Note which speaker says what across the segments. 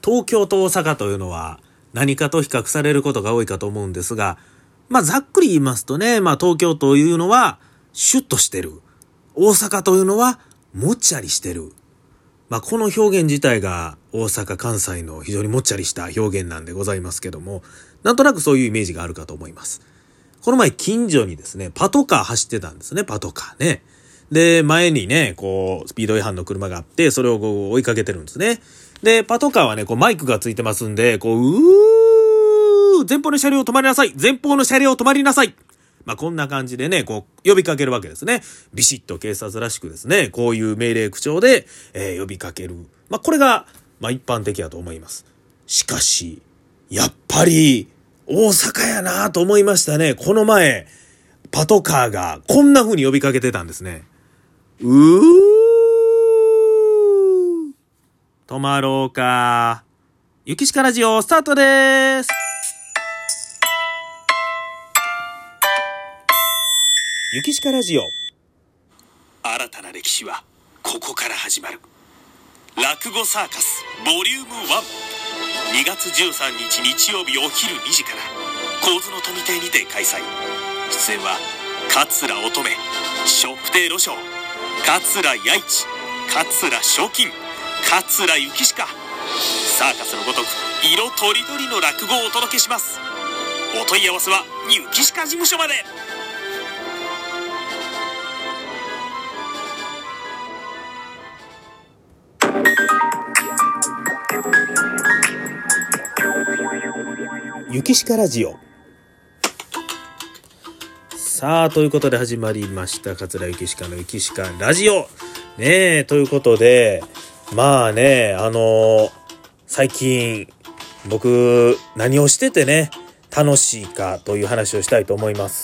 Speaker 1: 東京と大阪というのは何かと比較されることが多いかと思うんですが、ざっくり言いますとね、東京というのはシュッとしてる。大阪というのはもっちゃりしてる。この表現自体が大阪、関西の非常にもっちゃりした表現なんでございますけども、なんとなくそういうイメージがあるかと思います。この前近所にですね、パトカー走ってたんですね、パトカーね。で、前にね、スピード違反の車があって、それを追いかけてるんですね。で、パトカーはね、マイクがついてますんで、前方の車両止まりなさい、前方の車両止まりなさい。こんな感じでね、呼びかけるわけですね。ビシッと警察らしくですね、こういう命令口調で、呼びかける。これが、一般的だと思います。しかし、やっぱり、大阪やなと思いましたね。この前、パトカーがこんな風に呼びかけてたんですね。止まろうか。ゆきしかラジオスタートです。ゆきしかラジオ。
Speaker 2: 新たな歴史はここから始まる。落語サーカスボリューム1、2月13日日曜日お昼2時から神津の富亭にて開催。出演は桂乙女、笑福亭露笑、桂弥一、桂賞金、桂幸鹿。サーカスのごとく色とりどりの落語をお届けします。お問い合わせはゆきしか事務所まで。
Speaker 1: ゆきしかラジオ。さあ、ということで始まりました桂ゆきしかのゆきしかラジオねえ、ということで最近僕何をしててね楽しいかという話をしたいと思います。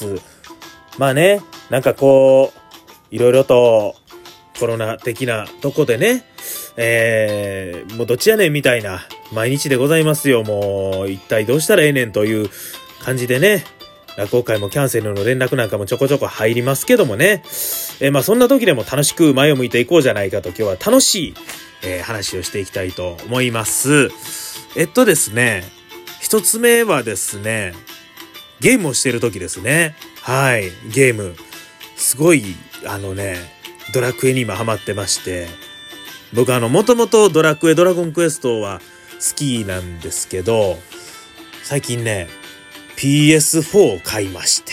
Speaker 1: いろいろとコロナ的なとこでね、もうどっちやねんみたいな毎日でございますよ。もう一体どうしたらええねんという感じでね、落語会もキャンセルの連絡なんかもちょこちょこ入りますけどもね、そんな時でも楽しく前を向いていこうじゃないかと、今日は楽しい、話をしていきたいと思います。ですね、一つ目はですね、ゲームをしている時ですね。はい、ゲームすごいドラクエに今ハマってまして、僕もともとドラゴンクエストは好きなんですけど、最近ね PS4 を買いまして、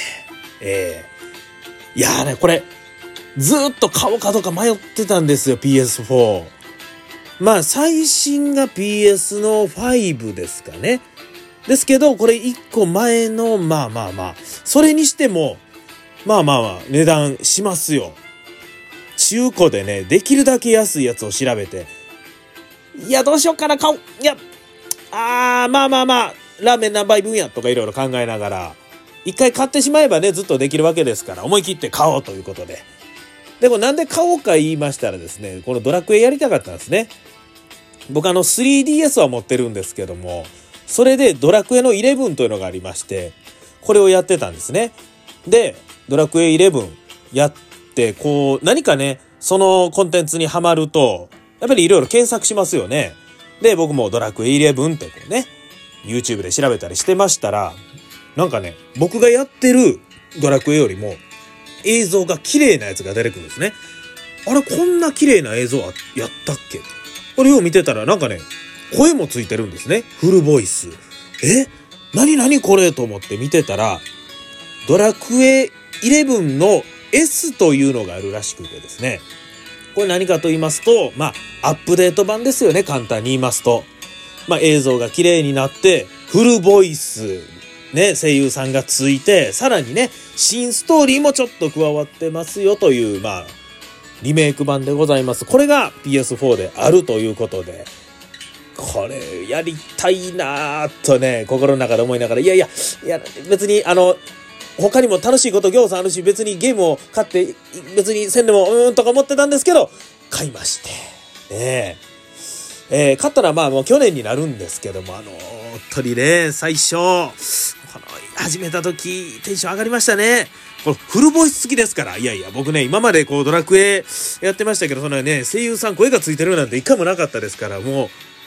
Speaker 1: これずっと買おうかどうか迷ってたんですよ。 PS4 最新が PS の5ですかね。ですけどこれ1個前のそれにしても値段しますよ。中古でね、できるだけ安いやつを調べて、どうしようかな、買おう。ラーメン何杯分やとかいろいろ考えながら、一回買ってしまえばね、ずっとできるわけですから、思い切って買おうということで。でもなんで買おうか言いましたらですね、このドラクエやりたかったんですね。僕3DS は持ってるんですけども、それでドラクエの11というのがありまして、これをやってたんですね。で、ドラクエ11やって、何かね、そのコンテンツにハマると、やっぱりいろいろ検索しますよね。で、僕もドラクエ11ってYouTube で調べたりしてましたら、僕がやってるドラクエよりも映像が綺麗なやつが出てくるんですね。あれ、こんな綺麗な映像やったっけ？これを見てたら声もついてるんですね。フルボイス。何これと思って見てたら、ドラクエ11のS というのがあるらしくてですね、これ何かと言いますと、アップデート版ですよね。簡単に言いますと、映像が綺麗になってフルボイスね、声優さんがついて、さらにね、新ストーリーもちょっと加わってますよというリメイク版でございます。これが PS4 であるということで、これやりたいなーとね、心の中で思いながら、別に他にも楽しいことぎょうさんあるし、別にゲームを買って別にせんでもとか思ってたんですけど、買いまして買ったらもう去年になるんですけども、本当にね、最初始めた時テンション上がりましたね。これフルボイス付きですから。僕ね、今までドラクエやってましたけど、そんなね、声優さん声がついてるなんて一回もなかったですから、もう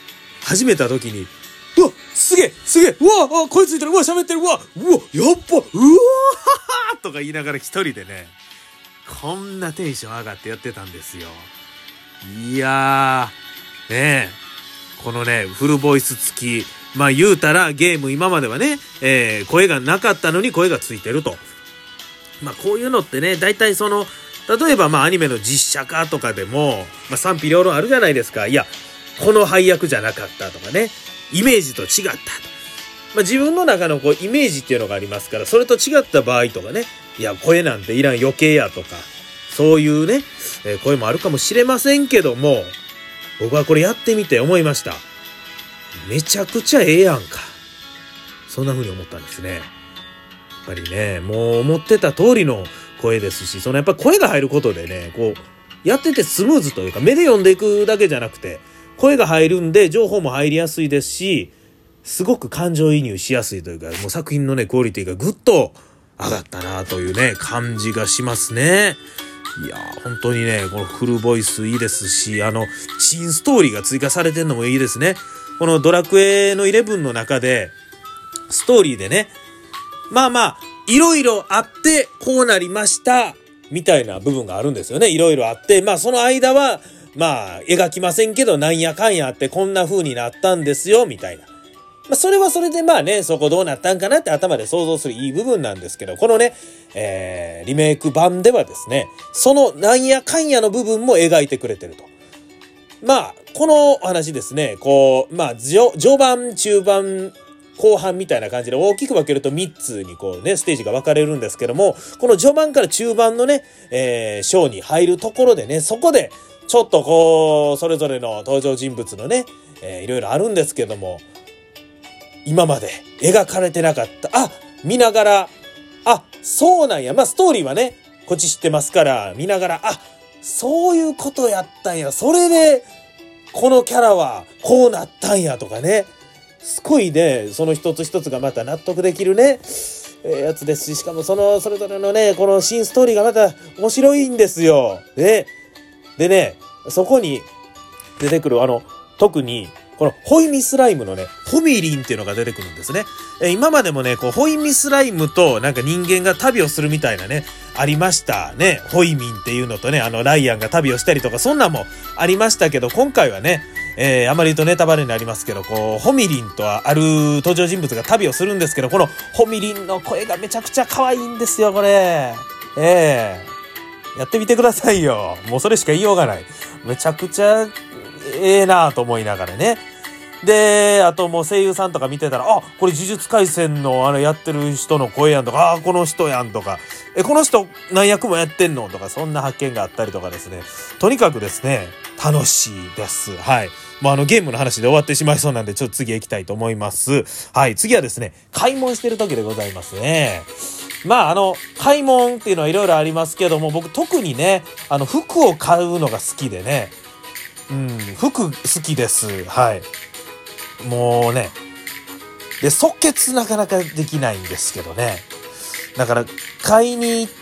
Speaker 1: 始めた時に、うわ、すげえうわ、声ついてる、うわ、喋ってる、うわ、やっぱ、うわーとか言いながら一人でね、こんなテンション上がってやってたんですよ。いやー、ねえ、このね、フルボイス付き、まあ言うたらゲーム今まではね、声がなかったのに声がついてると。まあこういうのってね、大体その、例えばまあアニメの実写化とかでも、まあ賛否両論あるじゃないですか。いや、この配役じゃなかったとかね、イメージと違ったと。まあ自分の中のこうイメージっていうのがありますから、それと違った場合とかね、いや、声なんていらん余計やとか、そういうね、声もあるかもしれませんけども、僕はこれやってみて思いました。めちゃくちゃええやんか。そんな風に思ったんですね。やっぱりね、もう思ってた通りの声ですし、やっぱ声が入ることでね、こう、やっててスムーズというか、目で読んでいくだけじゃなくて、声が入るんで情報も入りやすいですし、すごく感情移入しやすいというか、もう作品のね、クオリティがぐっと上がったなというね、感じがしますね。いやー、本当にね、このフルボイスいいですし、新ストーリーが追加されてんのもいいですね。このドラクエの11の中で、ストーリーでね、まあ、いろいろあって、こうなりました、みたいな部分があるんですよね。いろいろあって、まあその間は、まあ描きませんけど、なんやかんやあってこんな風になったんですよ、みたいな。まあそれはそれでまあね、そこどうなったんかなって頭で想像するいい部分なんですけど、このね、リメイク版ではですね、そのなんやかんやの部分も描いてくれてると。まあ、このお話ですね、こう、まあ、序盤、中盤、後半みたいな感じで大きく分けると3つにこうね、ステージが分かれるんですけども、この序盤から中盤のね、章に入るところでね、そこで、ちょっとこう、それぞれの登場人物のね、いろいろあるんですけども、今まで描かれてなかった、見ながら、そうなんや、まあストーリーはね、こっち知ってますから、見ながら、そういうことやったんや、それで、このキャラはこうなったんやとかね、すごいね、その一つ一つがまた納得できるね、やつですし、しかもそのそれぞれのね、この新ストーリーがまた面白いんですよ。でね、そこに出てくる特にこのホイミスライムのね、ホミリンっていうのが出てくるんですね。今までもね、こうホイミスライムとなんか人間が旅をするみたいなね、ありましたね。ホイミンっていうのとね、ライアンが旅をしたりとか、そんなんもありましたけど、今回はね、あまり言うとネタバレになりますけど、こうホミリンとある登場人物が旅をするんですけど、このホミリンの声がめちゃくちゃ可愛いんですよ、これ。やってみてくださいよ。もうそれしか言いようがない。めちゃくちゃなぁと思いながらね。で、あともう声優さんとか見てたら、これ呪術廻戦のやってる人の声やんとか、この人やんとか、この人何役もやってんのとか、そんな発見があったりとかですね。とにかくですね、楽しいです。はい。もうゲームの話で終わってしまいそうなんで、ちょっと次行きたいと思います。はい。次はですね、買い物してる時でございますね。まあ買い物っていうのはいろいろありますけども、僕特にね、服を買うのが好きでね、服好きです。はい。もうね、で、即決なかなかできないんですけどね。だから、買いに行って、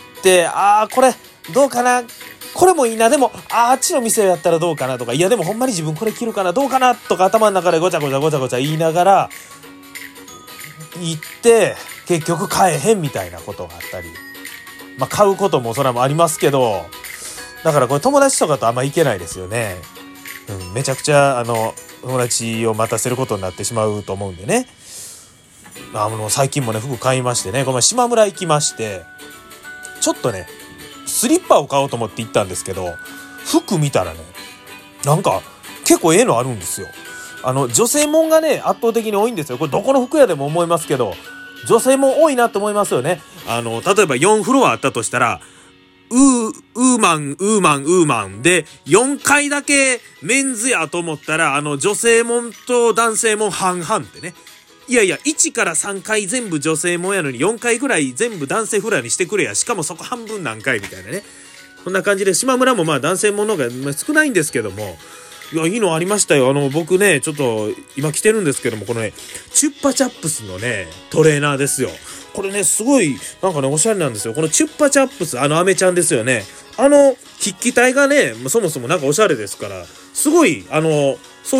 Speaker 1: これ、どうかな、これもいいな、でも、あっちの店やったらどうかなとか、いやでもほんまに自分これ着るかな、どうかなとか頭の中でごちゃごちゃ言いながら、行って、結局買えへんみたいなことがあったり。まあ、買うこともそれもありますけど、だからこれ友達とかとあんま行けないですよね。めちゃくちゃ友達を待たせることになってしまうと思うんでね。最近もね、服買いましてね、この島村行きまして、ちょっとね、スリッパを買おうと思って行ったんですけど、服見たらね、なんか結構のあるんですよ。女性もんがね、圧倒的に多いんですよ。これどこの服屋でも思いますけど、女性も多いなと思いますよね。例えば4フロアあったとしたら、ウーマンで、4階だけメンズやと思ったら、女性もんと男性もん半々ってね。いやいや、1から3階全部女性もんやのに、4階ぐらい全部男性フロアにしてくれや。しかもそこ半分何回みたいなね。こんな感じで、島村もまあ男性もんの方が少ないんですけども、いや、いいのありましたよ。僕ね、ちょっと、今着てるんですけども、このね、チュッパチャップスのね、トレーナーですよ。これね、すごい、なんかね、おしゃれなんですよ。このチュッパチャップス、アメちゃんですよね。筆記体がね、そもそもなんかおしゃれですから、すごい、そういうね、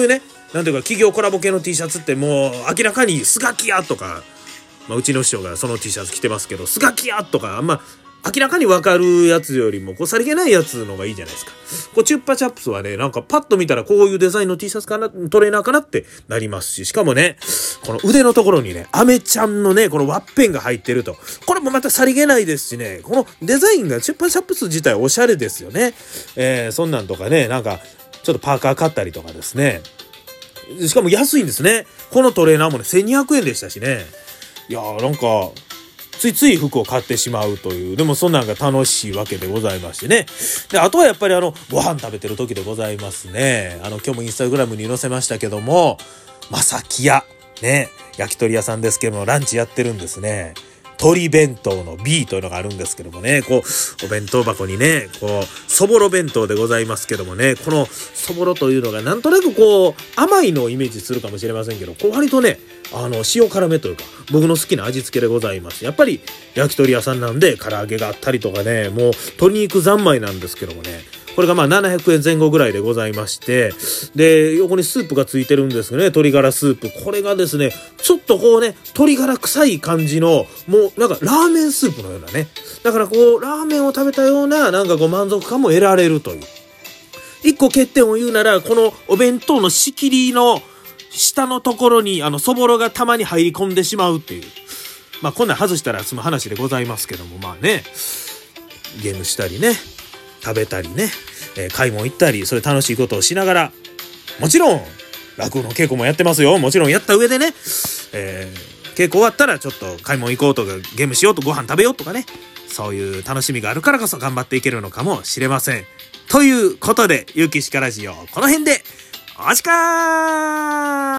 Speaker 1: なんていうか企業コラボ系の T シャツってもう明らかにスガキヤとか、うちの師匠がその T シャツ着てますけど、スガキヤとかあんま明らかにわかるやつよりもさりげないやつのがいいじゃないですか。チュッパチャップスはね、なんかパッと見たらこういうデザインの T シャツかな、トレーナーかなってなりますし、しかもね、この腕のところにね、アメちゃんのね、このワッペンが入ってると。これもまたさりげないですしね、このデザインがチュッパチャップス自体おしゃれですよね。そんなんとかね、なんかちょっとパーカー買ったりとかですね。しかも安いんですね。このトレーナーもね、1200円でしたしね。いやーなんか、ついつい服を買ってしまうという、でもそんなんが楽しいわけでございましてね。で、あとはやっぱりご飯食べてる時でございますね。今日もインスタグラムに載せましたけども、まさき屋、ね、焼き鳥屋さんですけども、ランチやってるんですね。鶏弁当の B というのがあるんですけどもね、お弁当箱にね、そぼろ弁当でございますけどもね、このそぼろというのがなんとなく甘いのをイメージするかもしれませんけど、割とね、塩辛めというか、僕の好きな味付けでございます。やっぱり焼き鳥屋さんなんで、唐揚げがあったりとかね、もう鶏肉三昧なんですけどもね、これが700円前後ぐらいでございまして、で、横にスープがついてるんですよね、鶏ガラスープ。これがですね、ちょっと鶏ガラ臭い感じの、もうなんかラーメンスープのようなね。だからラーメンを食べたような、なんか満足感も得られるという。一個欠点を言うなら、このお弁当の仕切りの下のところに、そぼろがたまに入り込んでしまうっていう。こんなん外したら済む話でございますけども、ゲームしたりね、食べたりね、買い物行ったり、それ楽しいことをしながら、もちろん落語の稽古もやってますよ。もちろんやった上でね、稽古終わったらちょっと買い物行こうとか、ゲームしようと、ご飯食べようとかね、そういう楽しみがあるからこそ頑張っていけるのかもしれません。ということで、ゆうきしかラジオこの辺でおしかー。